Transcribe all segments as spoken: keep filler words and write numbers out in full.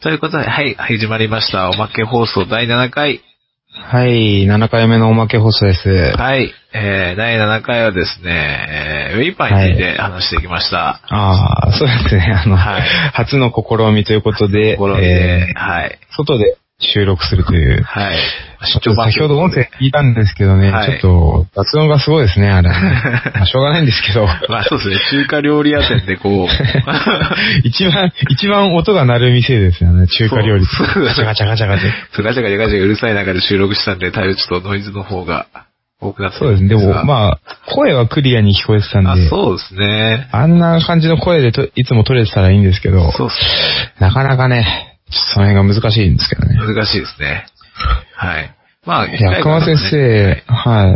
ということで、はい、始まりました。おまけ放送だいななかい。 はい、ななかいめのおまけ放送です。 はい、えー、だいななかいはですね、えー、ウェイパーについて話してきました。はい、 ああ、そうですね。あの、はい、初の試みということで、 試みで、えー、はい。 外で収録するという。 はい。 先ほど音声聞いたんですけどね、はい、ちょっと雑音がすごいですね、あれ。まあ、しょうがないんですけど。 まあそうですね、中華料理屋店でこう。 一番、一番音が鳴る店ですよね、中華料理。ガチャガチャガチャガチャ。 そう、ガチャガチャガチャうるさい中で収録したんで、多分ちょっとノイズの方が多くなってそうですね、でもまあ、声はクリアに聞こえてたんで。 あ、そうですね。 あんな感じの声でといつも撮れてたらいいんですけど。 そうですね。 なかなかね、その辺が難しいんですけどね。 難しいですね。はい。まあ、 いや、熊先生、はい。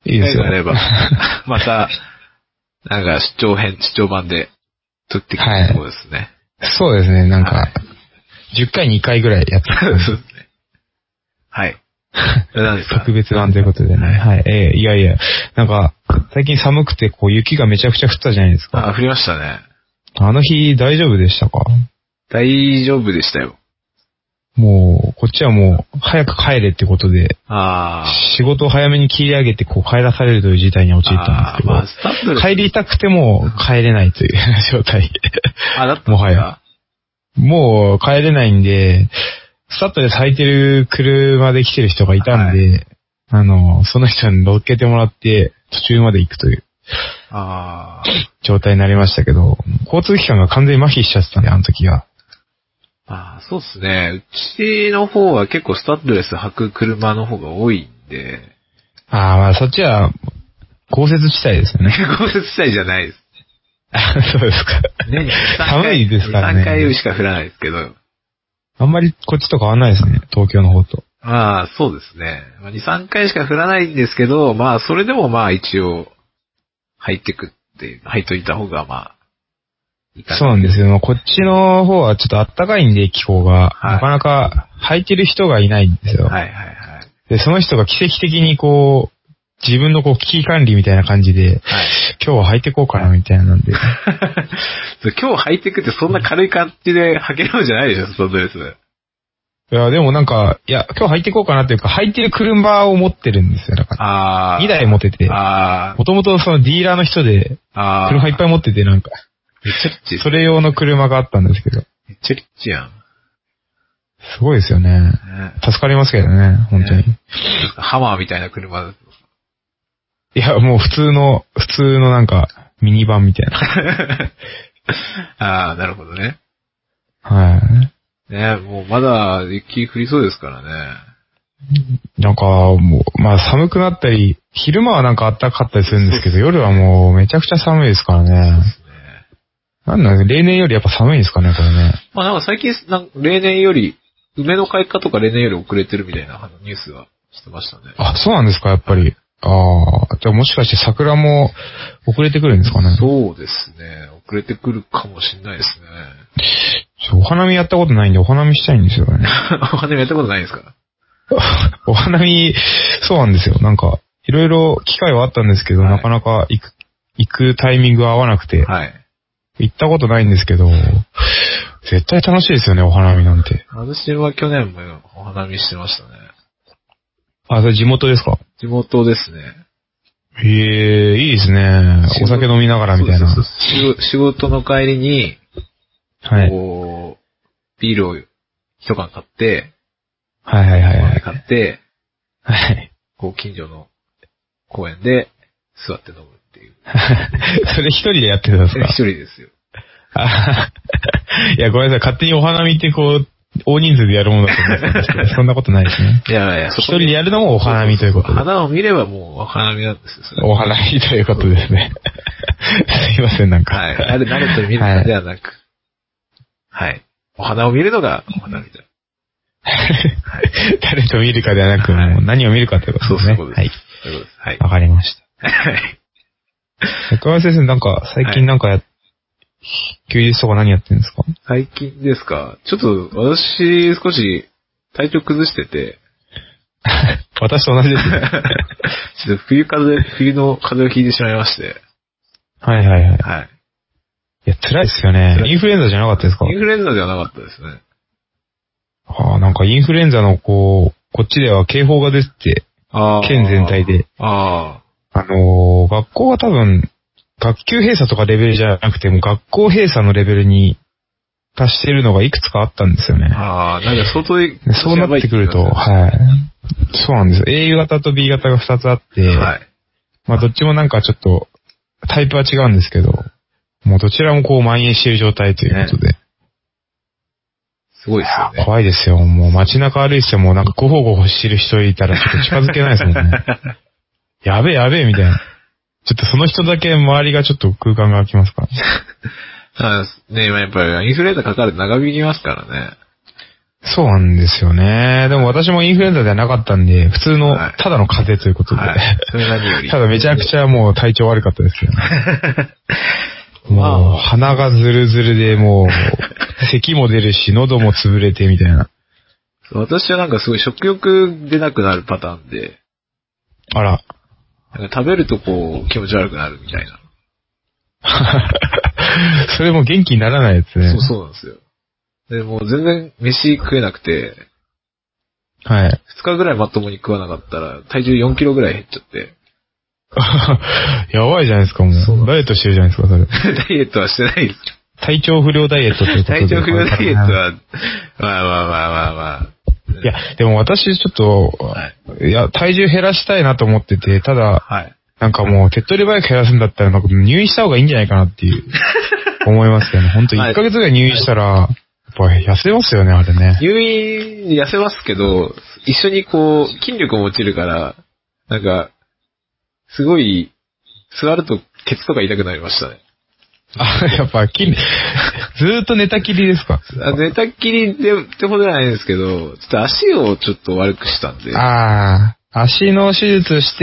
いいですよ。 機会があれば、また、なんか、出張編、出張版で撮ってきたところですね、 はい。そうですね、なんか、はい、じゅっかいにかいぐらいやってる。 そうですね。はい。何ですか？ 特別版ということでね。はい。はい、えー、いやいや、なんか、最近寒くて、こう、雪がめちゃくちゃ降ったじゃないですか。 あ、降りましたね。 あの日、大丈夫でしたか？ 大丈夫でしたよ。 もう、こっちはもう、早く帰れってことで、 あ仕事を早めに切り上げて、こう、帰らされるという事態に陥ったんですけど、まあ、スタッドレス帰りたくても帰れないという状態。 あ、だったもはや。もう帰れないんで、スタッドレス履いてる車で来てる人がいたんで、はい、あの、その人に乗っけてもらって、途中まで行くという、 あ状態になりましたけど、交通機関が完全に麻痺しちゃってたんで、あの時は。 ああ、そうですね。うちの方は結構スタッドレス履く車の方が多いんで。 ああ、まあそっちは、豪雪地帯ですよね。 豪雪地帯じゃないです。 そうですか。 ね、 寒いですからね。 さんかいしか降らないですけど。 あんまりこっちと変わんないですね。東京の方と。 まあ、そうですね。に、さんかいしか降らないんですけど、まあ、それでもまあ一応、入ってくっていう、入っといた方がまあ、 そうなんですよ。こっちの方はちょっと暖かいんで、気候が。はい、なかなか履いてる人がいないんですよ。 はいはいはい。 で、その人が奇跡的にこう、自分のこう危機管理みたいな感じで、はい、今日は履いてこうかなみたいなんで。 今日履いてくってそんな軽い感じで履けるんじゃないでしょ、スタッドレス。 いや、でもなんか、いや、今日履いてこうかなっていうか、履いてる車を持ってるんですよ。だから。あにだい持ってて。もともとそのディーラーの人で、車いっぱい持っててなんか。 めっちゃリッチ。 それ用の車があったんですけど。 めっちゃリッチやん。 すごいですよね。ね助かりますけどね、本当に。ね、 ハマーみたいな車だ。 いや、もう普通の、普通のなんか、ミニバンみたいな。 ああ、なるほどね。 はい。 ねもうまだ雪降りそうですからね。 なんか、もう、まあ寒くなったり、昼間はなんか暖かったりするんですけど、夜はもうめちゃくちゃ寒いですからね。そうですね。なんなん例年よりやっぱ寒いんですかね、これね。まあなんか最近、なん例年より、梅の開花とか例年より遅れてるみたいなニュースがしてましたね。 あ、そうなんですか、やっぱり。ああ、じゃあもしかして桜も遅れてくるんですかね。 そうですね。遅れてくるかもしれないですね。お花見やったことないんで、お花見したいんですよね。 お花見やったことないんですか？ お花見、そうなんですよ。なんか、いろいろ機会はあったんですけど、はい、なかなか行く、行くタイミングが合わなくて。はい。行ったことないんですけど、絶対楽しいですよね、お花見なんて。 私は去年もお花見してましたね。 あ、それ地元ですか？ 地元ですね。 へえ、いいですね。お酒飲みながらみたいな。そうそうそう仕事の帰りに、はい。こう、ビールを一缶買って、 はいはいはい、はい。 買って、 はい。 こう、近所の公園で座って飲むっていう。 それ一人でやってたんですか？ 一人ですよ。 いや、ごめんなさい。勝手にお花見ってこう、大人数でやるものだと思ってたんですけど、そんなことないですね。 いやいや、 一人でやるのもお花見ということで。 花を見ればもうお花見なんですよ。 お花見ということですね。すいません、なんか。 はい。誰、誰と見るかではなく。はい。はい、お花を見るのがお花見だ。 はい。誰と見るかではなく、はい、もう何を見るかということですね。 そうです。はい。そういうことです。はい。 わかりました。 はい。 中川先生、なんか、最近なんかや、はい、休日とか何やってるんですか？ 最近ですか？ちょっと、私、少し、体調崩してて。 私と同じですね。 ちょっと冬風邪、冬の風邪をひいてしまいまして。 はいはいはい。 はい。 いや、辛いですよね。インフルエンザじゃなかったですか？ インフルエンザではなかったですね。 ああ、なんかインフルエンザのこう、こっちでは警報が出てて、県全体で。 ああ。あのー、学校は多分、学級閉鎖とかレベルじゃなくても学校閉鎖のレベルに達しているのがいくつかあったんですよね。 ああ、なんか相当、 そうなってくると、はい。そうなんですよ。エー 型と ビー 型がふたつあって、はい。まあどっちもなんかちょっと、タイプは違うんですけど、もうどちらもこう蔓延している状態ということで。ね、 すごいですよね。 怖いですよ。もう街中歩いててもなんかゴホゴホしてる人いたらちょっと近づけないですもんね。やべえやべえみたいな。ちょっとその人だけ周りがちょっと空間が空きますから。 あね、やっぱりインフルエンザかかると長引きますからね。 そうなんですよね。でも私もインフルエンザではなかったんで、普通の、ただの風邪ということで。はい、 それ何より。 ただめちゃくちゃもう体調悪かったですけどね。もう、鼻がズルズルでもう、咳も出るし、喉も潰れてみたいな。 私はなんかすごい食欲出なくなるパターンで。 あら。 なんか食べるとこう、気持ち悪くなるみたいな。 それも元気にならないやつね。 そうそうなんですよ。で、もう全然飯食えなくて。 はい。 ふつかぐらいまともに食わなかったら、体重よんキロぐらい減っちゃって。 やばいじゃないですか、もう。ダイエットしてるじゃないですか、それ。 ダイエットはしてないです。 体調不良ダイエットってことで。 体調不良ダイエットは、まあまあまあまあまあ。 いや、でも私ちょっと、はい、いや、体重減らしたいなと思ってて、ただ、はい、なんかもう手っ取り早く減らすんだったら、なんか入院した方がいいんじゃないかなっていう、思いますよね。本当いっかげつぐらい入院したら、やっぱ痩せますよね、あれね。 入院、痩せますけど、一緒にこう、筋力も落ちるから、なんか、すごい、座るとケツとか痛くなりましたね。 あ、やっぱ筋力、ずーっと寝たきりですか？ 寝たきりで、ってほどじゃないんですけど、ちょっと足をちょっと悪くしたんで。 ああ、足の手術して、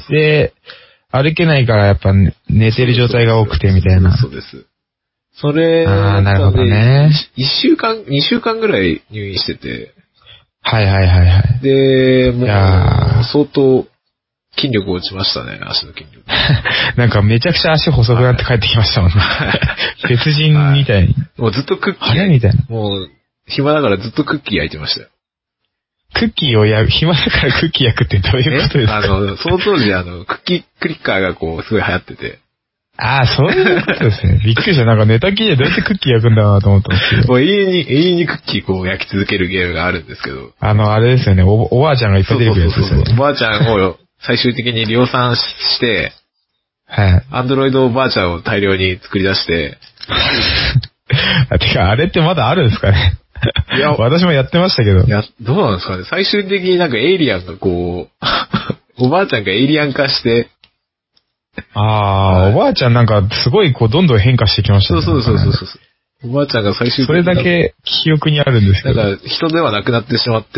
で、歩けないからやっぱ寝てる状態が多くてみたいな。 そうです。そうですそれ、 ああ、なるほどね。 一週間、二週間ぐらい入院してて。 はいはいはいはい。 で、もう、相当、筋力落ちましたね、足の筋力。 なんかめちゃくちゃ足細くなって帰ってきましたもんね。別人みたいに。 もうずっとクッキー。 あれみたいな。 もう、暇だからずっとクッキー焼いてましたよ。 クッキーを焼く、暇だからクッキー焼くってどういうことですか？ あの、その当時あの、クッキークリッカーがこう、すごい流行ってて。 ああ、そういうことですね。びっくりした。なんか寝たきりでどうやってクッキー焼くんだなと思ったんですけど。 もう永遠に、永遠にクッキーこう焼き続けるゲームがあるんですけど。 あの、あれですよね。お、おばあちゃんがいっぱい出てくるやつですよね。 そうそうそうおばあちゃんを最終的に量産して、 はい。 アンドロイドおばあちゃんを大量に作り出して。 あ、てか、あれってまだあるんですかね。いや、私もやってましたけど。 いや、どうなんですかね。最終的になんかエイリアンがこう、おばあちゃんがエイリアン化して、 ああ、はい、おばあちゃんなんかすごいこうどんどん変化してきましたね。 そうそうそうそうそう。おばあちゃんが最終的に。 それだけ記憶にあるんですけど。 なんか人ではなくなってしまって、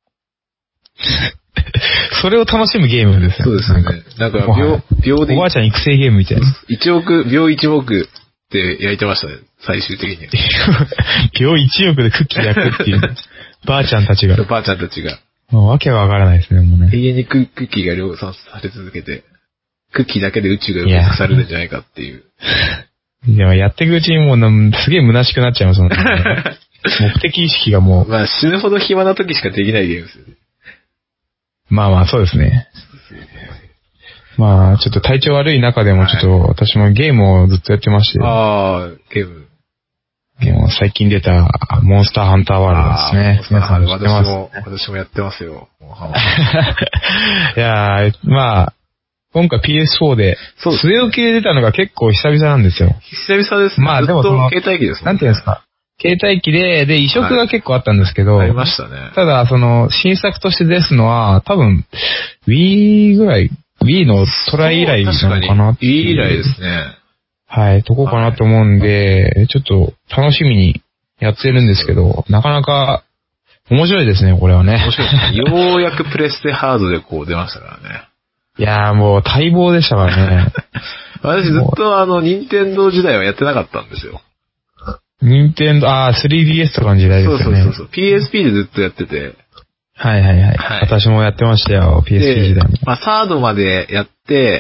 それを楽しむゲームですね。 そうですね。なんか秒、秒で。 おばあちゃん育成ゲームみたいな。 一億、秒一億って焼いてましたね。最終的に。 秒一億でクッキー焼くっていう。ばあちゃんたちが。 ばあちゃんたちが。 もうわけはわからないですね、もうね。 永遠にクッキーが量産され続けて、クッキーだけで宇宙が埋め尽くされるんじゃないかっていう。 いや、やっていくうちにもうすげえ虚しくなっちゃいますもんね。目的意識がもう。 まあ死ぬほど暇な時しかできないゲームですよね。 まあまあ、そうですね。まあ、ちょっと体調悪い中でもちょっと私もゲームをずっとやってまして。 ああ、ゲーム。 もう最近出たモンスターハンターワールドですね。皆さん知ってます、 私も、私もやってますよ。 いやー、まあ、今回 ピーエスフォー で、据え置きで出たのが結構久々なんですよ。 久々ですね。 まあでもその、 携帯機ですね。 なんていうんですか。携帯機で、で、移植が結構あったんですけど、 はい、ありましたね。 ただ、その、新作として出すのは、多分、Wii ぐらい、Wii のトライ以来なのかなっていう。 Wii 以来ですね。 はい、とこかなと思うんで、はい、ちょっと楽しみにやってるんですけど、なかなか面白いですね、これはね。 面白いですね。ようやくプレステハードでこう出ましたからね。 いやーもう待望でしたからね。 私ずっとあの、任天堂時代はやってなかったんですよ。 任天堂、あー、スリーディーエス とかの時代ですよね。 そうそうそうそう。ピーエスピー でずっとやってて。 はいはいはい。はい、私もやってましたよ、ピーエスピー 時代に。 まあ、サードまでやって、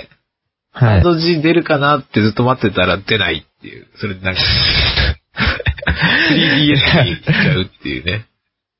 サード G 出るかなってずっと待ってたら出ないっていう。それでなんか、スリーディーエス に行っちゃうっていうね。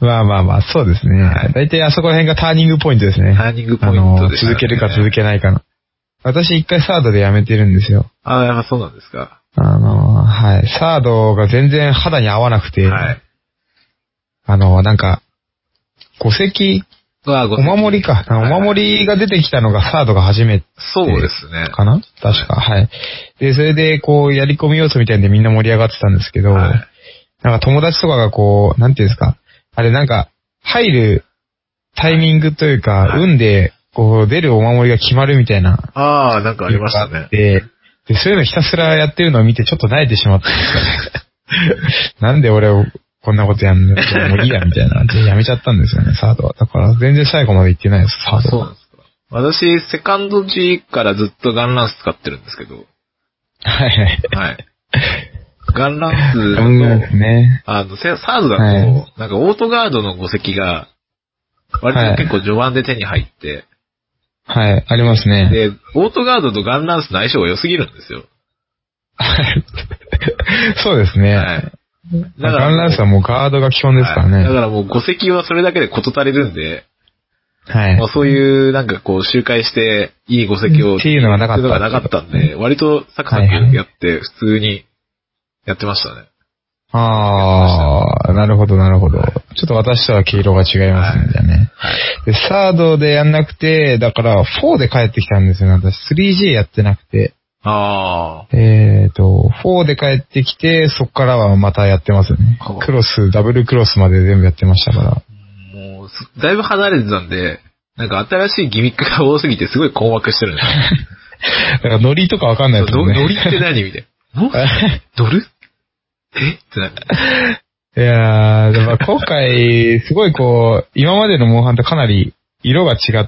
まあまあまあ、そうですね。はい、だいたいあそこら辺がターニングポイントですね。 ターニングポイントですね。 続けるか続けないかの。私一回サードでやめてるんですよ。 ああ、やっぱそうなんですか。 あの、はい。サードが全然肌に合わなくて、はい、あの、なんか、五石、お守りか。お守りが出てきたのがサードが初めて。 そうですね。 かな確か、はい。で、それで、こう、やり込み要素みたいでみんな盛り上がってたんですけど、はい、なんか友達とかがこう、なんていうんですか、あれなんか、入るタイミングというか、はい、運で、こう、出るお守りが決まるみたいな。 ああ、なんかありましたね。 で、で、そういうのひたすらやってるのを見てちょっと慣れてしまったんですよね。なんで俺をこんなことやんのもういいや、みたいな。で、やめちゃったんですよね、サードは。だから、全然最後まで行ってないです、サードは。 そうなんですか。私、セカンド G からずっとガンランス使ってるんですけど。 はいはい。 はい。ガンランスの、 ね、 あの、サードだと、はい、なんかオートガードのご石が、割と結構序盤で手に入って、 はい、はい、ありますね。 で、オートガードとガンランスの相性が良すぎるんですよ。 はい。そうですね。はい。だからガンランスはもうガードが基本ですからね。はい、 だからもうご石はそれだけで事足りるんで、 はい。 まあ、そういうなんかこう周回していいご石をっていうのがなかった。 っていうのがなかったんで、割とサクサクやって普通にやってましたね。 ああ、なるほどなるほど。ちょっと私とは毛色が違いますんでね。はいはい、で、サードでやんなくて、だからフォーで帰ってきたんですよね。私 スリージェー やってなくて。 ああ。えっと、フォーで帰ってきて、そっからはまたやってますよね。クロス、ダブルクロスまで全部やってましたから。 もう、だいぶ離れてたんで、なんか新しいギミックが多すぎてすごい困惑してるんですよ。 だからノリとかわかんないですよね。 ノリって何みたいな。ドルえってなる。 いやー、でも今回、すごいこう、今までのモンハンとかなり色が違って、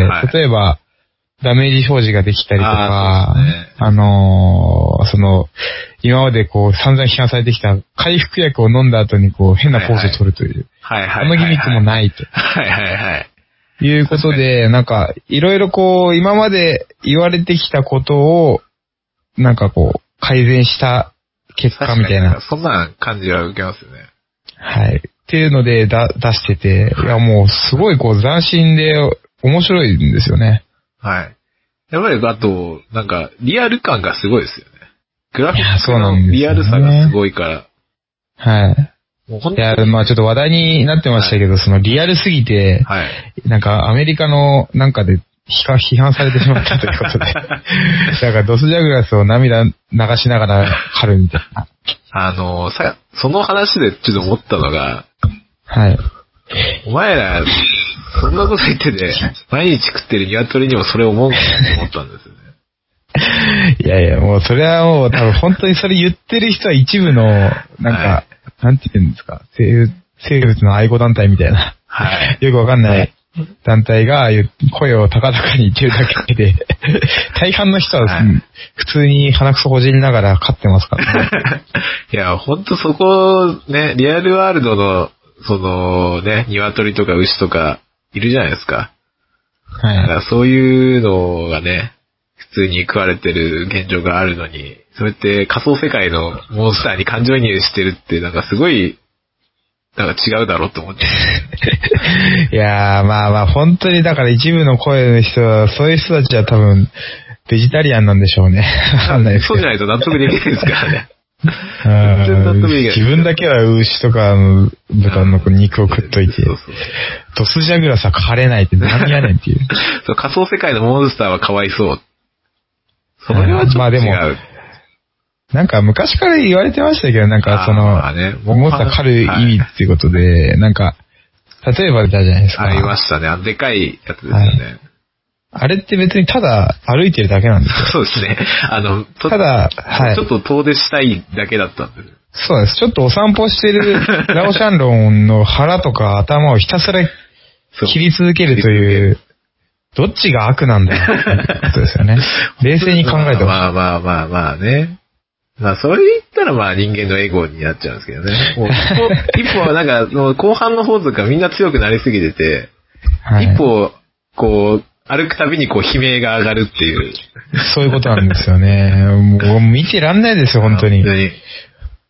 はい、例えば、ダメージ表示ができたりとか、あ, ね、あのー、その、今までこう散々批判されてきた回復薬を飲んだ後にこう変なポーズを取るという、 はいはい、 あのギミックもないと。 はいはいはい。 いうことで、なんか、いろいろこう、今まで言われてきたことを、なんかこう、改善した結果みたいな。 そんな感じは受けますよね。 はい。っていうのでだ出してて、いやもうすごいこう斬新で面白いんですよね。 はい。やっぱりあと、なんか、リアル感がすごいですよね。グラフィックのリアルさがすごいから。 はい。もう本当にいや、まあちょっと話題になってましたけど、はい、そのリアルすぎて、はい、なんかアメリカのなんかで批判されてしまったということで、だからドスジャグラスを涙流しながら狩るみたいな。 あの、さ、その話でちょっと思ったのが、 はい。 お前ら、そんなこと言ってて、毎日食ってる鶏にもそれ思うかと思ったんですよね。 いやいや、もうそれはもう多分本当にそれ言ってる人は一部の、なんか、はい、なんて言うんですか、生物の愛護団体みたいな、はい、よくわかんない団体が声を高々に言ってるだけで、大半の人は、はい、普通に鼻くそほじりながら飼ってますからね。 いや、ほんとそこ、ね、リアルワールドの、そのね、鶏とか牛とかいるじゃないですか。はい。だからそういうのがね、普通に食われてる現状があるのに、そうやって仮想世界のモンスターに感情移入してるって、なんかすごい、なんか違うだろうと思って。 いやー、まあまあ本当にだから一部の声の人は、そういう人たちは多分、ベジタリアンなんでしょうね。わかんないですけど。 そうじゃないと納得できないですからね。 全然納得できない。自分だけは牛とかの豚の肉を食っといて、そうそうドスジャグラスは狩れないって何やねんっていう。 そう、仮想世界のモンスターはかわいそう。それはちょっと違う。まあでも、 なんか昔から言われてましたけど、なんかその、ね、モンスター狩る意味っていうことで、はい、なんか、例えばいたじゃないですか。 ありましたね。あのでかいやつですよね。はい、 あれって別にただ歩いてるだけなんですよ。 そうですね。あの、 ただ、はい。 ちょっと遠出したいだけだったんです。 そうです。ちょっとお散歩してるラオシャンロンの腹とか頭をひたすら切り続けるという、どっちが悪なんだよってことですよね。冷静に考えてほしい。 まあまあまあまあね。まあそれ言ったらまあ人間のエゴになっちゃうんですけどね。もう一歩はなんか後半の方とかみんな強くなりすぎてて、はい、一歩こう歩くたびにこう悲鳴が上がるっていう。 そういうことなんですよね。もう見てらんないですよ本当に。本当に。い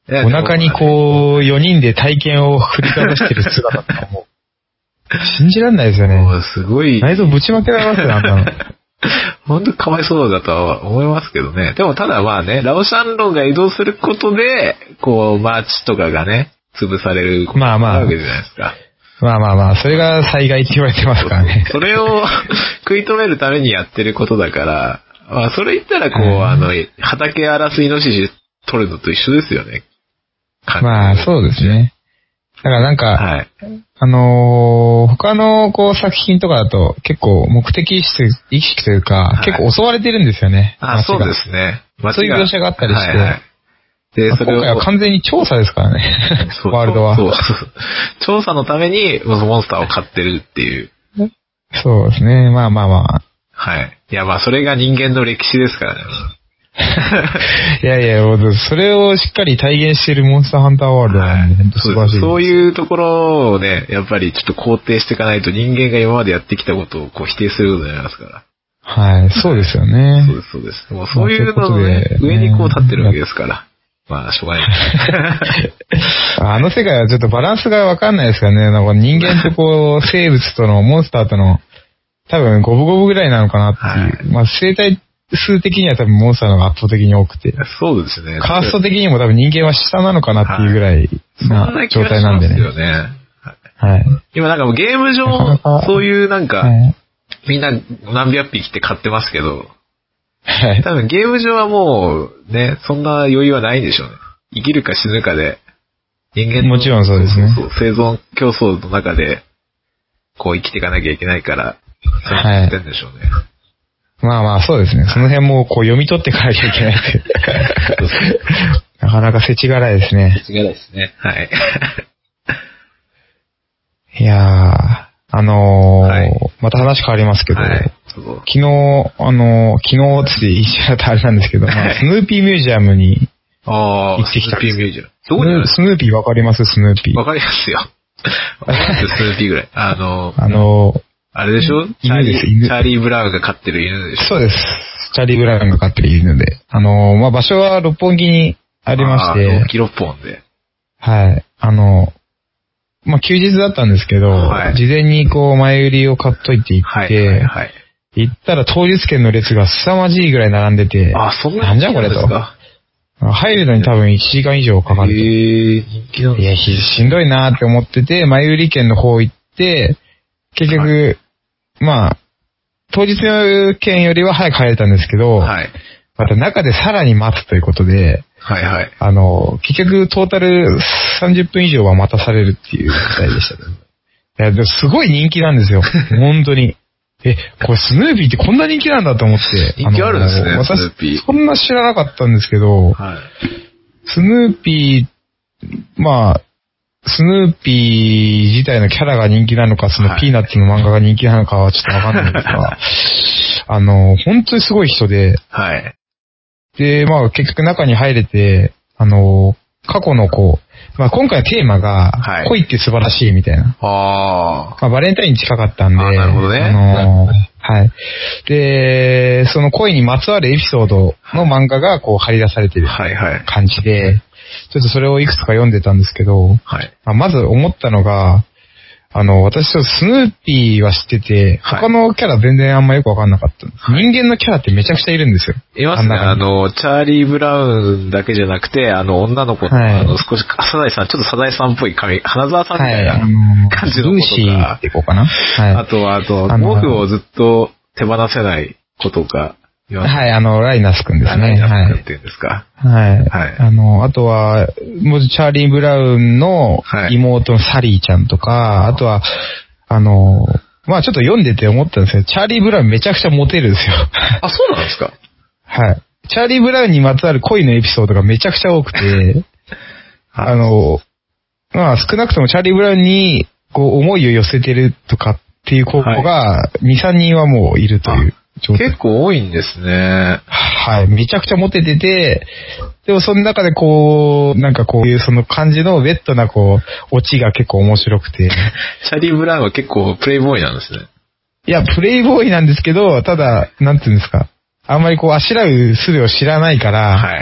お腹にこう、よにんで体験を振りかざしてる姿とかもう、信じられないですよね。 もうすごい。 内臓ぶちまけられますよ、あんなの。 本当かわいそうだとは思いますけどね。でもただまあね、ラオシャンロンが移動することで、こう、マーチとかがね、潰されることがあるわけじゃないですか。 まあまあまあ、それが災害って言われてますからね。 それを食い止めるためにやってることだから、まあそれ言ったらこう、うん、あの、畑荒らすイノシシ取るのと一緒ですよね。 まあそうですね。だからなんか、はい、あのー、他のこう作品とかだと結構目的意識意識というか、はい、結構襲われてるんですよね。 あ、そうですね。 そういう描写があったりして。はいはい、 で、 それを今回は完全に調査ですからね。 そうワールドは。 そうそうそう。調査のためにモンスターを飼ってるっていう。 そうですね。まあまあまあ。 はい。いやまあそれが人間の歴史ですからね。 いやいや、それをしっかり体現しているモンスターハンターワールドは、ね、はい、本当素晴らしいです。 そういうところをね、やっぱりちょっと肯定していかないと人間が今までやってきたことをこう否定することになりますから。 はい、そうですよね。 そうです、そうです。もうそういうのの、ね、まあ、上にこう立ってるわけですから。まあ、しょうがない。 あの世界はちょっとバランスがわかんないですからね。なんか人間とこう、生物との、モンスターとの、多分五分五分ぐらいなのかなっていう。はい、まあ、生態数的には多分モンスターの方が圧倒的に多くて。 そうですね。 カースト的にも多分人間は下なのかなっていうぐらいな状態なんでね。 そうですよね。 はい。 今なんかもうゲーム上、そういうなんか、はい、みんな何百匹って買ってますけど、はい。多分ゲーム上はもうね、そんな余裕はないんでしょうね。生きるか死ぬかで、人間のもちろんそうですね。 そうそう生存競争の中で、こう生きていかなきゃいけないから、そうやってんでしょうね。はい、 まあまあそうですね。その辺もこう読み取っていかなきゃいけないってなかなか世知辛いですね。 世知辛いですね。はい。 いやー、あのーはい、また話変わりますけど、はい、昨日、あのー、昨日って言っちゃったあれなんですけど、まあ、スヌーピーミュージアムに行ってきたんです。スヌーピーミュージアム。どこにあるスヌーピーわかりますスヌーピー。 わかりますよ。わかりますスヌーピーぐらい。あのー、 あのー、 あれでしょ犬です、 犬。チャーリー・ブラウンが飼ってる犬でしょそうです。チャーリー・ブラウンが飼ってる犬で。あのー、まあ、場所は六本木にありまして。 六本木六本で。 はい。あのー、まあ、休日だったんですけど、はい、事前にこう前売りを買っといて行って、はいはいはい、行ったら当日券の列が凄まじいぐらい並んでて、 あ、そんななんじゃこれと。入るのに多分いちじかん以上かかると。 へー、人気なんだ。 いや、しんどいなーって思ってて、前売り券の方行って、結局、はい、まあ、当日の券よりは早く入れたんですけど、はい、また中でさらに待つということで、 はいはい。 あの、結局トータルさんじゅっぷん以上は待たされるっていう事態でしたね。いや、でもすごい人気なんですよ。本当に。え、これスヌーピーってこんな人気なんだと思って。 人気あるんですね、 私、スヌーピー。そんな知らなかったんですけど、はい、スヌーピー、まあ、スヌーピー自体のキャラが人気なのか、そのピーナッツの漫画が人気なのかはちょっとわかんないんですが、あの、本当にすごい人で、はい。で、まあ結局中に入れて、あの、過去のこう、まあ今回のテーマが、はい、恋って素晴らしいみたいな。あまあバレンタインに近かったんで、あなるほどね。 あの、はい。で、その恋にまつわるエピソードの漫画がこう張り出されてる感じで、はいはい、ちょっとそれをいくつか読んでたんですけど、はい、まあ、まず思ったのが、あの、私スヌーピーは知ってて、他のキャラ全然あんまよくわかんなかったんです、はい。人間のキャラってめちゃくちゃいるんですよ。 いますね。あの、チャーリー・ブラウンだけじゃなくて、あの、女の子の、はい、あの、少し、サザエさん、ちょっとサザエさんっぽい髪、花沢さんみたいな感じの子とか。はい、ルーシーって子かな。はい。あとは、あと、毛布をずっと手放せない子とか。 はい、あの、ライナスくんですね。 ライナスくんっていうんですか。 はい。はい。あの、あとは、もうチャーリー・ブラウンの妹のサリーちゃんとか、はい、あとは、あの、まあちょっと読んでて思ったんですけど、チャーリー・ブラウンめちゃくちゃモテるんですよ。 あ、そうなんですか？ はい。チャーリー・ブラウンにまつわる恋のエピソードがめちゃくちゃ多くて、あの、まあ少なくともチャーリー・ブラウンにこう思いを寄せてるとかっていう子がに、さんにんはもういるという。 結構多いんですね。 はい。めちゃくちゃモテてて、でもその中でこう、なんかこういうその感じのウェットなこう、オチが結構面白くて。 チャーリー・ブラウンは結構プレイボーイなんですね。 いや、プレイボーイなんですけど、ただ、なんていうんですか。あんまりこう、あしらう術を知らないから、はい。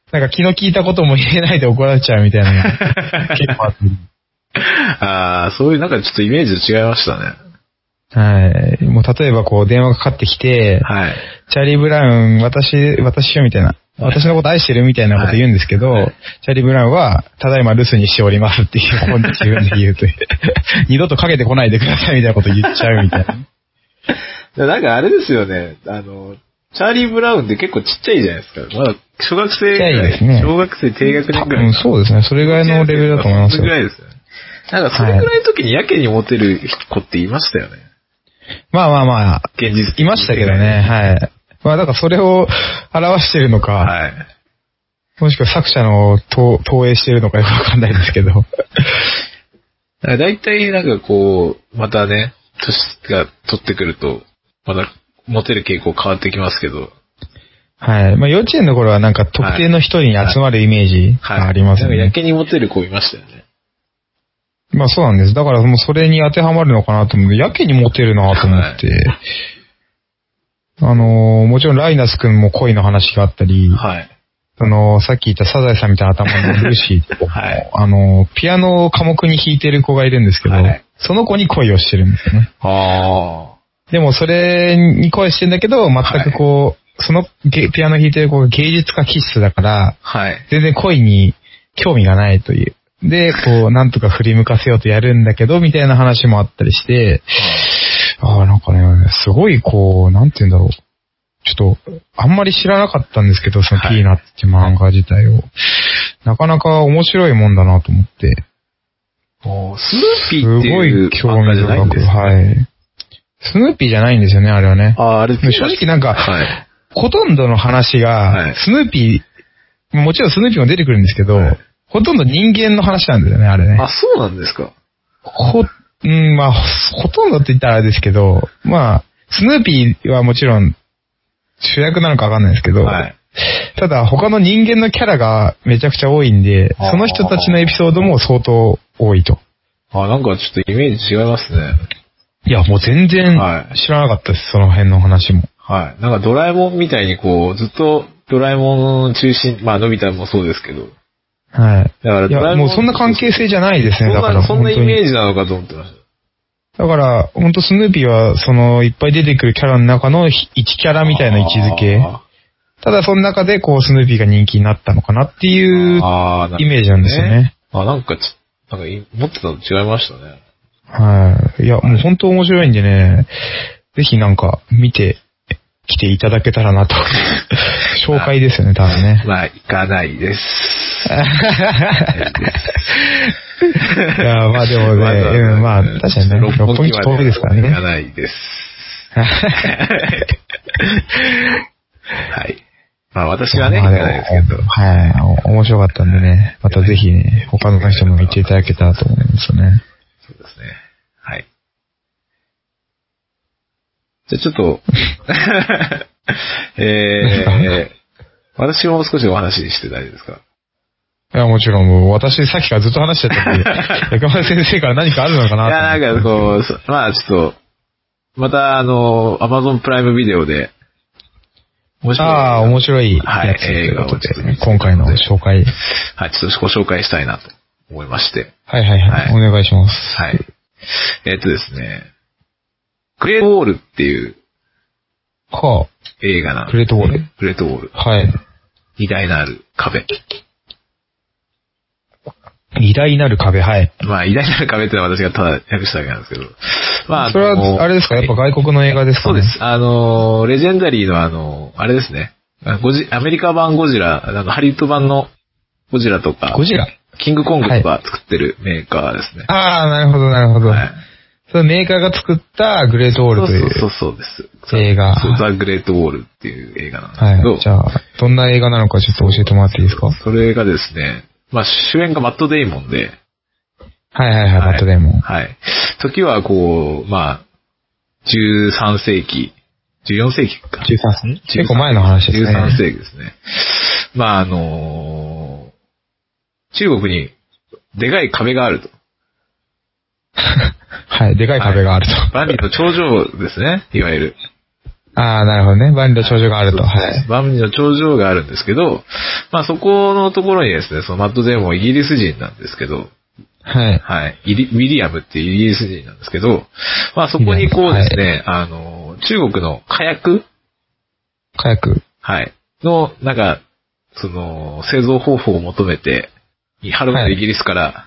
なんか気の利いたことも言えないで怒られちゃうみたいなのが結構あって。 ああ、そういうなんかちょっとイメージと違いましたね。 はい。もう例えばこう電話がかかってきて、はい。チャーリー・ブラウン、私、私よみたいな。私のこと愛してるみたいなこと言うんですけど、はいはい、チャーリー・ブラウンは、ただいま留守にしておりますっていう、本自分で言うという。二度とかけてこないでくださいみたいなこと言っちゃうみたいな。なんかあれですよね、あの、チャーリー・ブラウンって結構ちっちゃいじゃないですか。まだ小学生ぐらい。ちっちゃいですね。小学生低学年ぐらい。 うん、そうですね。それぐらいのレベルだと思いますよ。それぐらいですよね。 なんかそれぐらいの時にやけにモテる子っていましたよね。 まあまあまあ、現実いましたけどね、はい。まあだからそれを表してるのか、はい。もしくは作者の投影してるのかよくわかんないですけど。 だいたいなんかこう、またね、年が取ってくると、またモテる傾向変わってきますけど。 はい。まあ幼稚園の頃はなんか特定の人に集まるイメージがありますよね。はいはい、 なんかやけにモテる子いましたよね。 まあそうなんです。だからもうそれに当てはまるのかなと思って、やけにモテるなと思って。はい、あのー、もちろんライナス君も恋の話があったり、はい。あのー、さっき言ったサザエさんみたいな頭のルーシーとか、はい。あのー、ピアノを科目に弾いてる子がいるんですけど、はい、その子に恋をしてるんですよね。ああ。でもそれに恋してるんだけど、全くこう、はい、そのピアノ弾いてる子が芸術家気質だから、はい。全然恋に興味がないという。で、こう、なんとか振り向かせようとやるんだけど、みたいな話もあったりして、ああ、なんかね、すごいこう、なんて言うんだろう。ちょっと、あんまり知らなかったんですけど、そのピーナッツって漫画自体を。はい、なかなか面白いもんだなと思って。 おスヌーピーっていう漫画じゃないんですか？ はい。スヌーピーじゃないんですよね、あれはね。 ああ、あれ正直なんか、はい、ほとんどの話が、はい、スヌーピー、もちろんスヌーピーも出てくるんですけど、はい、ほとんど人間の話なんですよね、あれね。 あ、そうなんですか。 ほ、うん、まあ、ほとんどって言ったらあれですけど、まあ、スヌーピーはもちろん主役なのかわかんないですけど、はい、ただ他の人間のキャラがめちゃくちゃ多いんで、その人たちのエピソードも相当多いと。 あ、なんかちょっとイメージ違いますね。 いや、もう全然知らなかったです、その辺の話も。 はい。なんかドラえもんみたいにこう、ずっとドラえもん中心、まあのび太もそうですけど、 はい。だからドラえもん、いや、もうそんな関係性じゃないですね、だから。 そんなイメージなのかと思ってました。 だから、ほんとスヌーピーは、その、いっぱい出てくるキャラの中の一キャラみたいな位置づけ。ただ、その中で、こう、スヌーピーが人気になったのかなっていうイメージなんですよね。 あ、なんかち、なんか、思ってたの違いましたね。 はい。いや、もう本当面白いんでね、ぜひなんか、見て、来ていただけたらなと。紹介ですよね、多分ね。 まあ、行かないです。いや、まあでもね、まあ、うん、まあ、確かにね、六本木遠いですからね。 行かないです。はい。まあ私はね、行かないですけど。 はい。面白かったんでね、またぜひね、他の人も見ていただけたらと思いますね。 そうですね。はい。じゃあちょっと、えー、私も少しお話しして大丈夫ですか？ いや、もちろん、もう私さっきからずっと話してたんで、中村先生から何かあるのかなと。 いや、なんかこう、まあちょっと、またあの、Amazon プライムビデオで、 面白い。ああ、面白いやつ、はい、映画をちょっと今回の紹介。 はい、ちょっとご紹介したいなと思いまして。 はいはいはい。はい、お願いします。 はい。えー、っとですね、グレートウォールっていう、 はあ、 映画なんです。 グレートウォール。 グレートウォール。 はい。 偉大なる壁。 偉大なる壁、はい。 まあ、偉大なる壁ってのは私がただ訳しただけなんですけど。まあ、 それは、あれですか、やっぱ外国の映画ですかね。 そうです。あの、レジェンダリーのあの、あれですね。ゴジ、アメリカ版ゴジラ、あの、ハリウッド版のゴジラとか。 ゴジラキングコングとか作ってるメーカーですね。 はい、ああ、なるほど、なるほど。はい。そのメーカーが作ったグレートウォールという。 そうそうそうです。 映画。 ザ・グレートウォールっていう映画なんですけど。 はい。じゃあ、どんな映画なのかちょっと教えてもらっていいですか？ それがですね、まあ主演がマット・デイモンで。 はいはいはい、はい、マット・デイモン。 はい。時はこう、まあ、じゅうさん世紀、じゅうよん世紀か。 じゅうさん世紀結構前の話ですね。 じゅうさん世紀ですね。まああのー、中国にでかい壁があると。 はい、でかい壁があると。 はい、万里の長城ですね、いわゆる。 ああ、なるほどね。万里の長城があると。はい。 万里の長城があるんですけど、まあそこのところにですね、そのマット・デーモンイギリス人なんですけど、 はい。 はい。ウィリアムっていうイギリス人なんですけど、まあそこにこうですね、はい、あの、中国の火薬火薬はい。の、なんか、その、製造方法を求めて、はるばるイギリスから、はい、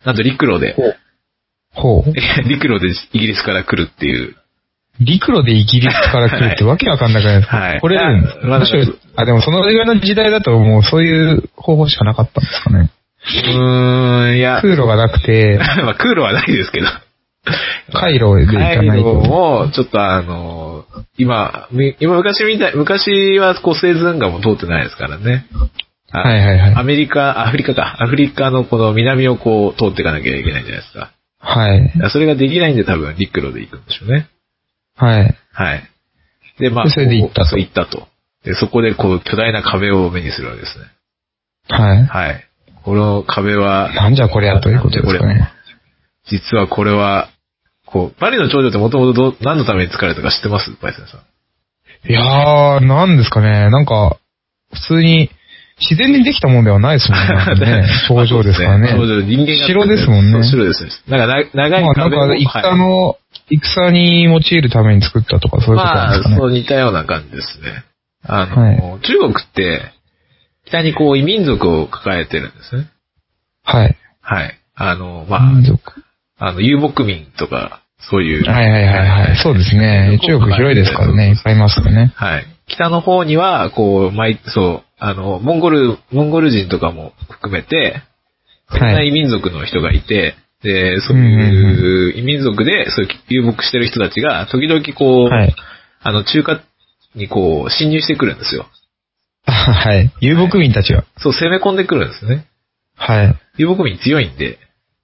なんと陸路で、 ほう。 陸路でイギリスから来るっていう。 陸路でイギリスから来るってわけわかんなくないですか、はい、これ、まあ、あ、でもそのぐらいの時代だともうそういう方法しかなかったんですかね。 うーん、いや。 空路がなくて。 まあ空路はないですけど。 海路で行かないと。 海路も、ちょっとあの、今、今昔みたい、昔はこうスエズ運河も通ってないですからね。 はいはいはい。 アメリカ、アフリカか。アフリカのこの南をこう通っていかなきゃいけないじゃないですか。 はい。 それができないんで多分陸路で行くんでしょうね。 はい。 はい。で、まあ、 それで行ったと。 行ったと。で、そこでこう巨大な壁を目にするわけですね。 はい。 はい。この壁は、 なんじゃこれやということですかね。 実はこれは、こう、バリの長城ってもともと何のために作られたか知ってますバイセンさん。 いやー、なんですかね。なんか、普通に、自然にできたもんではないですもんね。頂上ですからね。 頂上、人間が。 城ですもんね。 城ですね。なんか長い壁を。 まあ、なんか戦の、はい、戦に用いるために作ったとかそういうことなんですかね。 まあ、そう似たような感じですね。あの、はい、中国って、北にこう異民族を抱えてるんですね。 はい。 はい。あの、まあ、あの、遊牧民とか、そういう。 はいはいはいはい。そうですね。中国広いですからね。いっぱいいますからね。 はい。北の方には、こう、毎、そう、あの、モンゴル、モンゴル人とかも含めて、いろんな異民族の人がいて、で、そういう異民族で、そういう遊牧してる人たちが、時々こう、はい、あの、中華にこう、侵入してくるんですよ。 はい。遊牧民たちが。 そう、攻め込んでくるんですね。 はい。 遊牧民強いんで。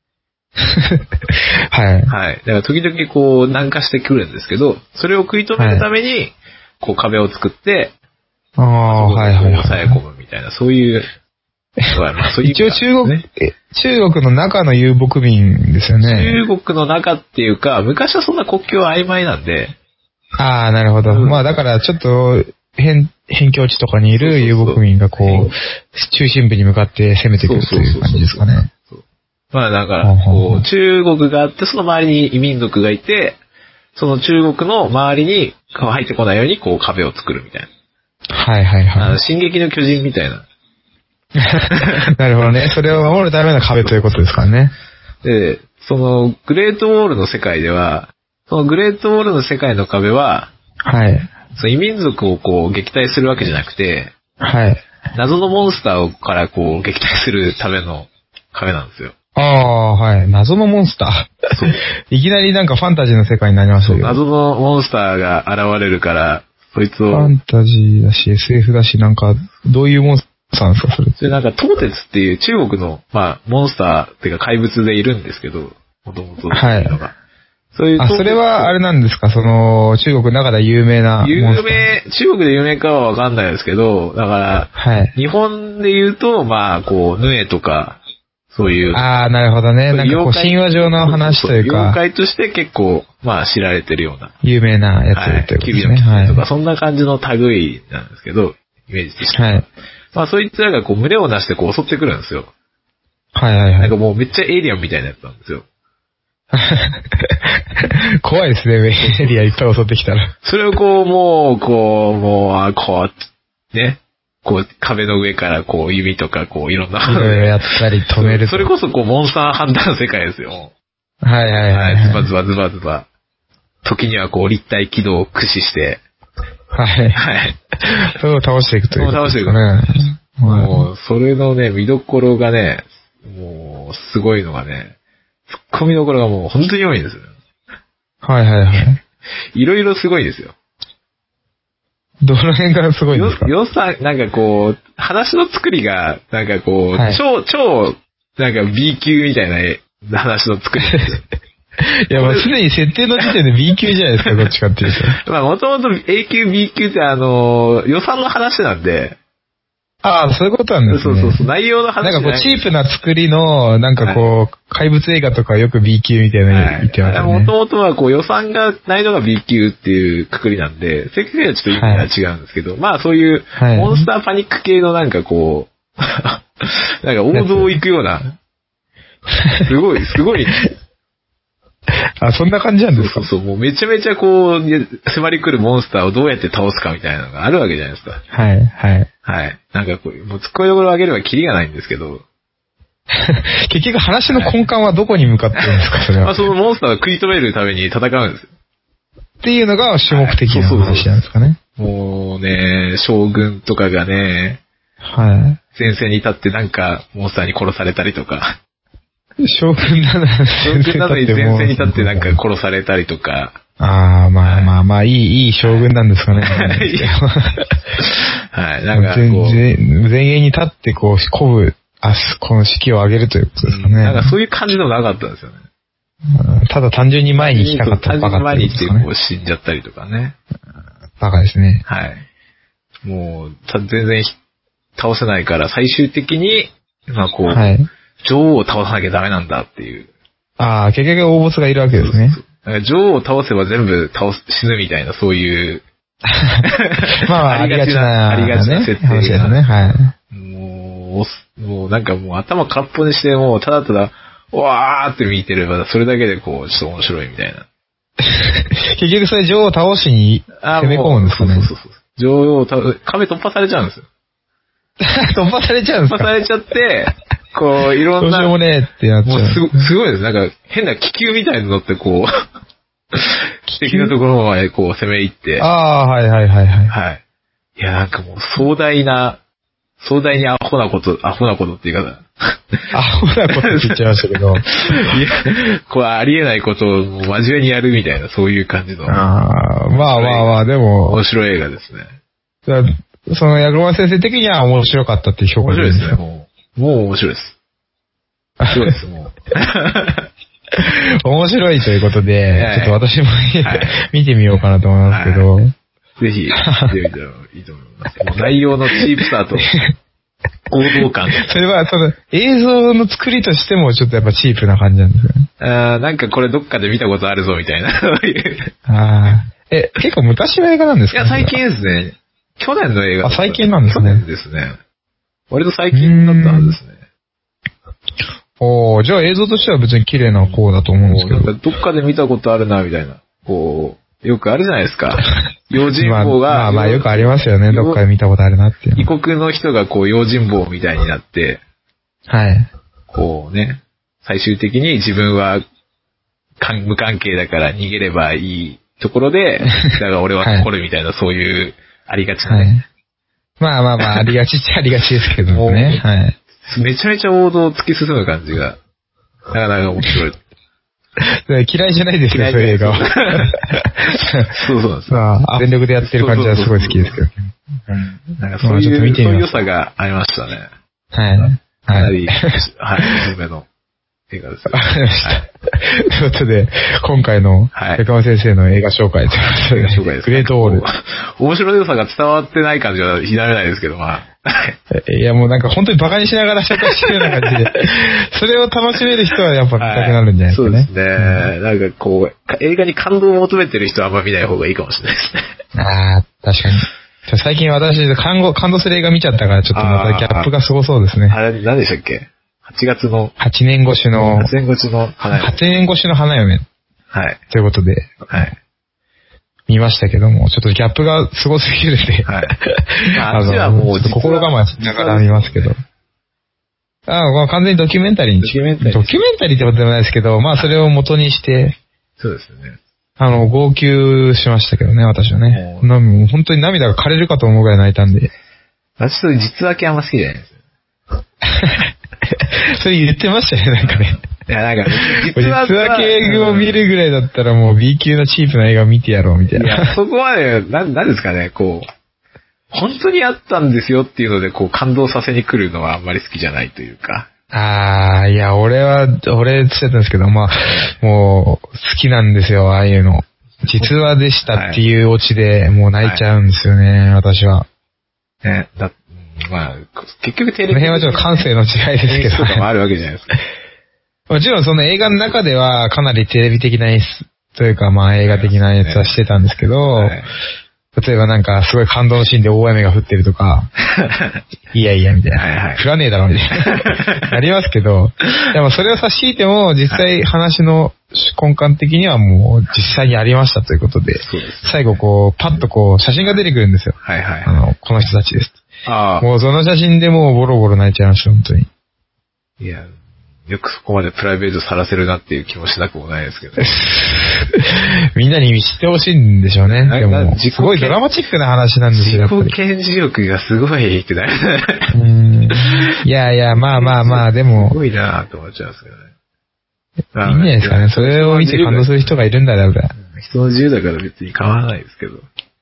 はい。 はい。だから時々こう、南下してくるんですけど、それを食い止めるために、はい、こう壁を作って、 ああ、はいはい。 抑え込むみたいな、そういう、まあ、そういう、ね。 一応中国、中国の中の遊牧民ですよね。 中国の中っていうか、昔はそんな国境は曖昧なんで。 ああ、なるほど。うん、まあだからちょっと、辺、辺境地とかにいる遊牧民がこう、そうそうそう中心部に向かって攻めてくるという感じですかね。 まあだから、こう、中国があって、その周りに異民族がいて、その中国の周りに入ってこないようにこう壁を作るみたいな。 はいはいはい。 あの進撃の巨人みたいな。 なるほどね。それを守るための壁ということですからね。 で、そのグレートウォールの世界では、そのグレートウォールの世界の壁は、 はい。 その異民族をこう撃退するわけじゃなくて、 はい。 謎のモンスターからこう撃退するための壁なんですよ。 ああ、はい。謎のモンスター。そう。いきなりなんかファンタジーの世界になりましたけど。 謎のモンスターが現れるから、そいつを。 ファンタジーだし、エスエフ だし、なんか、どういうモンスターなんですか、それ。 それなんか、トーテツっていう中国の、まあ、モンスターっていうか怪物でいるんですけど、もともと。 はい。 そういう。 あ、それはあれなんですか、その、中国の中で有名なモンスター。 有名、中国で有名かはわかんないですけど、だから、 はい。 日本で言うと、まあ、こう、ヌエとか、そういう。 ああ、なるほどね。なんかこう、神話上の話というか。 妖怪として結構、まあ、知られてるような。 有名なやつってことですね。 はい。とか、そんな感じの類なんですけど、イメージとして。 はい。 まあ、そいつらがこう、群れをなしてこう、襲ってくるんですよ。 はいはいはい。 なんかもうめっちゃエイリアンみたいなやつなんですよ。 怖いですね、エリアいっぱい襲ってきたら。 それをこう、もう、こう、もう、こう、ね。こう、壁の上からこう、指とかこう、いろんな。 いろいろやったり止めると。 それこそこう、モンスターハンターの世界ですよ。 はいはいはい、はい。 ズバズバズバズバ。時にはこう、立体軌道を駆使して。 はい。 はい。 それを倒していくということですね。 倒していく。もう、それのね、見どころがね、もう、すごいのがね、ツッコミどころがもう本当に多いんですよ。 はいはいはい。 いろいろすごいですよ。 どの辺からすごいんですか？ よ、よさ、なんかこう、話の作りが、なんかこう、はい、超、超、なんか B 級みたいな話の作りですよ。 いや、まあ、すでに設定の時点で B 級じゃないですか、どっちかっていうと。 まあ、もともと A 級、B 級ってあの、予算の話なんで、 ああ、そういうことなんですね。 そうそうそう、内容の話なんかこう、チープな作りの、なんかこう、はい、怪物映画とかよく B 級みたいなの言ってますよね。 もともとはこう、予算がないのが B 級っていうくくりなんで、正確にはちょっと意味が違うんですけど、はい、まあそういう、モンスターパニック系のなんかこう、なんか王道を行くような、すごい、すごい、 あ、そんな感じなんですか？ そうそうそう、もうめちゃめちゃこう、迫り来るモンスターをどうやって倒すかみたいなのがあるわけじゃないですか。 はい、はい。 はい。なんかこう、もう突っ込みどころを上げればキリがないんですけど。 結局話の根幹はどこに向かってるんですか、それは。 まあそのモンスターを食い止めるために戦うんですよ。 っていうのが主目的な話なんですかね。 はい、もうね、将軍とかがね、 はい。 前線に立ってなんかモンスターに殺されたりとか。 将軍なのに将軍なのに前線に立ってなんか殺されたりとか。 ああ、まあまあまあ、いい、いい将軍なんですかね。 はい、なんかこう。 前衛に立ってこう、鼓舞、あ、この士気を上げるということですかね。 なんかそういう感じのなかったんですよね。 ただ単純に前に来たかったらバカっていうことですかね。 単純に前に来てこう死んじゃったりとかね。 バカですね。 はい。もう、全然倒せないから最終的に、まあこう、はい、女王を倒さなきゃダメなんだっていう。 ああ、結局大ボスがいるわけですね。そうそうそう、女王を倒せば全部倒す、死ぬみたいな、そういう。 まあ、ありがちな、 ありがちな設定ですね。はい。 もう、もうなんかもう頭空っぽにして、もうただただ、わーって見てれば、それだけでこう、ちょっと面白いみたいな。 結局それ女王を倒しに攻め込むんですかね。 そうそうそう。女王を倒、壁突破されちゃうんですよ。 突破されちゃうんですか？ 突破されちゃって、こう、いろんな。 どうしようもねえってなっちゃう。 もうすごすごいです。なんか、変な気球みたいに乗ってこう、敵のところまでこう攻め入って。 ああ、はいはいはいはい。 はい。いや、なんかもう壮大な、壮大にアホなこと、アホなことっていうか、 アホなことって言っちゃいましたけど。いや、 こうありえないことをもう真面目にやるみたいな、そういう感じの。 ああ、まあまあまあ、でも。 面白い映画ですね。 その、ヤグマ先生的には面白かったっていう評価です。面白いですね、もう。もう面白いです。すごいです、もう。 面白いということで、ちょっと私も、はい、見てみようかなと思いますけど。はい、 ぜひ、見てみたらいいと思います。もう内容のチープさと、王道感。 それは、その、映像の作りとしてもちょっとやっぱチープな感じなんですかね。 あなんかこれどっかで見たことあるぞみたいな。 あえ、結構昔の映画なんですか、 ね、いや、最近ですね。去年の映画。 あ、最近なんですね。 去年ですね。割と最近だったはずですね。 おー、じゃあ映像としては別に綺麗な方だと思うんですけど。 なんかどっかで見たことあるな、みたいな。こう、よくあるじゃないですか。用心棒が。 まあ、まあまあよくありますよね。どっかで見たことあるなっていう。 異国の人がこう、用心棒みたいになって。 はい。 こうね、最終的に自分は無関係だから逃げればいいところで、だから俺は残るみたいな、はい、そういうありがちなね。はい、 まあまあまあ、ありがちっちゃありがちですけどね。はい。 めちゃめちゃ王道を突き進む感じが、なかなか面白い。 嫌いじゃないですよ、そういう映画は。 そうそうなんです。 まあ、全力でやってる感じはすごい好きですけど。 なんかそういう、そういう良さがありましたね。 はい。 かなり、はい、おすすめの映画です。 わかりました。ということで、今回の、中間先生の映画紹介ということで、グレートオール。 面白い良さが伝わってない感じはひなれないですけど、まあ。 いやもうなんか本当にバカにしながら紹介してるような感じで、それを楽しめる人はやっぱ見たくなるんじゃないですかね。はい、 そうですね。なんかこう、映画に感動を求めてる人はあんま見ない方がいいかもしれないですね。 ああ、確かに。最近私感動、感動する映画見ちゃったからちょっとまたギャップがすごそうですね。 あれ、何でしたっけ ?はち 月の。 はちねん越しの。 はちねん越しの花嫁。 はちねん越しの花嫁。 はい。 ということで。 はい。 見ましたけども、ちょっとギャップがすごすぎるんで。はい。 あの、はもう心構えしながら見ますけど。ああ、まあ完全にドキュメンタリーに。 ドキュメンタリー。 ドキュメンタリーってことでもないですけど、まあそれを元にして。 そうですよね。 あの、号泣しましたけどね、私はね。な本当に涙が枯れるかと思うぐらい泣いたんで。 私それ実話系あんま好きじゃないですよ。 それ言ってましたね、なんかね。 いや、なんか、 実話系を見るぐらいだったらもう B 級のチープな映画見てやろうみたいな。 いや、そこまで、な、なんですかね、こう、本当にあったんですよっていうので、こう、感動させに来るのはあんまり好きじゃないというか。 ああ、いや、俺は、俺つってたんですけど、まあ、もう、好きなんですよ、ああいうの。実話でしたっていうオチでもう泣いちゃうんですよね、はい、私は。 ね、だ、まあ、 結局テレビ。 この辺はちょっと感性の違いですけど。 とかもあるわけじゃないですか。 もちろんその映画の中ではかなりテレビ的な演出というか、まあ映画的なやつはしてたんですけど、はい、例えばなんかすごい感動のシーンで大雨が降ってるとか、いやいやみたいな、はいはい、降らねえだろみたいな、ありますけど、でもそれを差し引いても実際話の根幹的にはもう実際にありましたということで、そうですね、最後こうパッとこう写真が出てくるんですよ。はいはいはい、あのこの人たちです。あもうその写真でもうボロボロ泣いちゃいました、本当に。 いや、よくそこまでプライベートさらせるなっていう気もしなくもないですけど、ね、 みんなに知ってほしいんでしょうね。でもすごいドラマチックな話なんですよ。 自己顕示欲がすごいってなる。 うーん。いやいや、まあまあまあ、でも。 すごいなぁと思っちゃうんですけどね。 いいんじゃないですかね。それを見て感動する人がいるんだろうから。 人の自由だから別に変わらないですけど。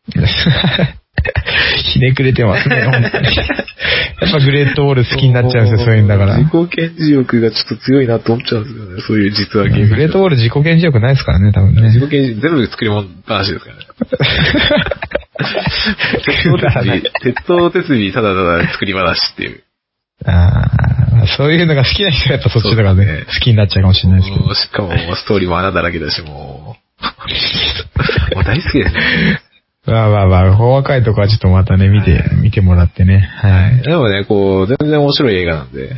ひねくれてますね、本当に。やっぱグレートウォール好きになっちゃうんですよ、そういうんだから。 自己顕示欲がちょっと強いなと思っちゃうんですよね、そういう実話ゲーム。 グレートウォール自己顕示欲ないですからね、多分ね。 自己顕示、全部作り物話ですからね。鉄道鉄尾、鉄道鉄尾ただただ作り話っていう。 ああ、そういうのが好きな人はやっぱそっちのがね、ね好きになっちゃうかもしれないですけど。 しかもストーリーも穴だらけだし、もう、もう大好きですね。 まあまあまあ、細かいとこはちょっとまたね、見て、はい、見てもらってね。はい。 でもね、こう、全然面白い映画なんで。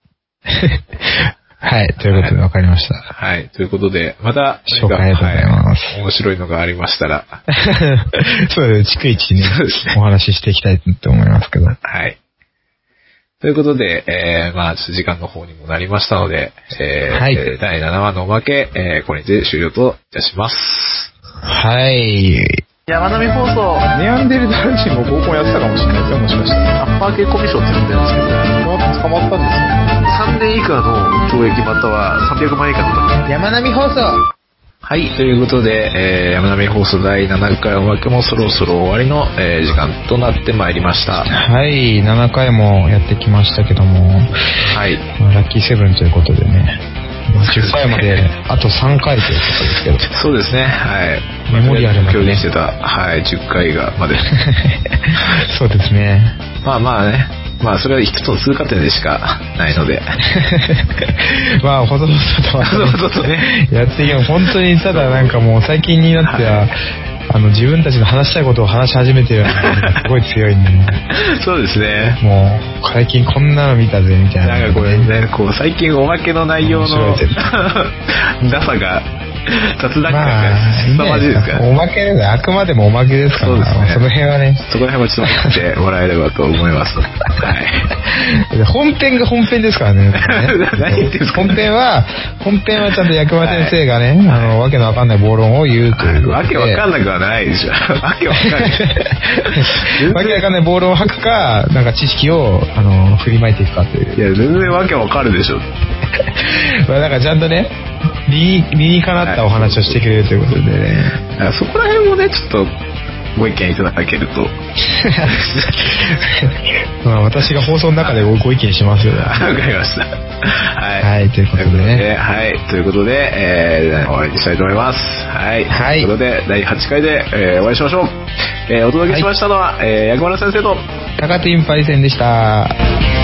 はい、ということで分かりました。 はい、ということで、また、 紹介ありがとうございます。 はい、面白いのがありましたら。 そうですね、逐一ね、お話ししていきたいと思いますけど。はい。 ということで、えー、まあ、ちょっと時間の方にもなりましたので、えー、はい、だいななわのおまけ、えー、これで終了といたします。 はい。 山並放送。 ネアンデルタール人も合コンやってたかもしれないですよ、もしかしたら。 アッパー系コミュ障って言ってるんですけど、 捕まったんですよ。 さんねん以下の懲役またはさんびゃくまん以下の。 山並放送。 はい、ということで、えー、山並放送だいななかいおまけもそろそろ終わりの、えー、時間となってまいりました。 はい、ななかいもやってきましたけども、はい、まあ、ラッキーセブンということでね。じゅっかいまであとさんかいということですけど。 そうですね、はい。 メモリアルな、ね、 表現してた、はい、じゅっかいがまで。 そうですね。 まあまあね、まあそれは一つの通過点でしかないので。 まあほどほどとは、ね、ほどほどね、やっていけば本当にただなんかもう最近になっては、はい、あの自分たちの話したいことを話し始めてるようなすごい強いんで、ね、 そうですね。 もう最近こんなの見たぜみたいな、 ね、なんかこれね、こう最近おまけの内容のダサが雑談感が凄まじいですから、ね、 おまけであくまでもおまけですから、ね、そうですね、その辺はね、 そこら辺はちょっと見てもらえればと思います。はい。 本編が本編ですからね。 何言ってんですか。 本編は本編はちゃんと薬間先生がね、はい、あのわけのわかんない暴論を言うという。 わけわかんなくはないでしょ。わけわかんない。 わけわかんない暴論を吐くか、なんか知識をあの振りまいていくかという。 いや全然わけわかるでしょ。 まあなんかちゃんとね。理に、理にかなったお話をしてくれるということでね。 そこら辺もね、ちょっとご意見いただけると。 まあ私が放送の中でご意見しますよ。わかりました。はい。 はい、ということでね。 はい、ということで、えー、終わりにしたいと思います。はい。はい。ということで、だいはちかいで、えー、お会いしましょう。えー、お届けしましたのは、はい、えー、薬丸先生と、 高手インパイセンでした。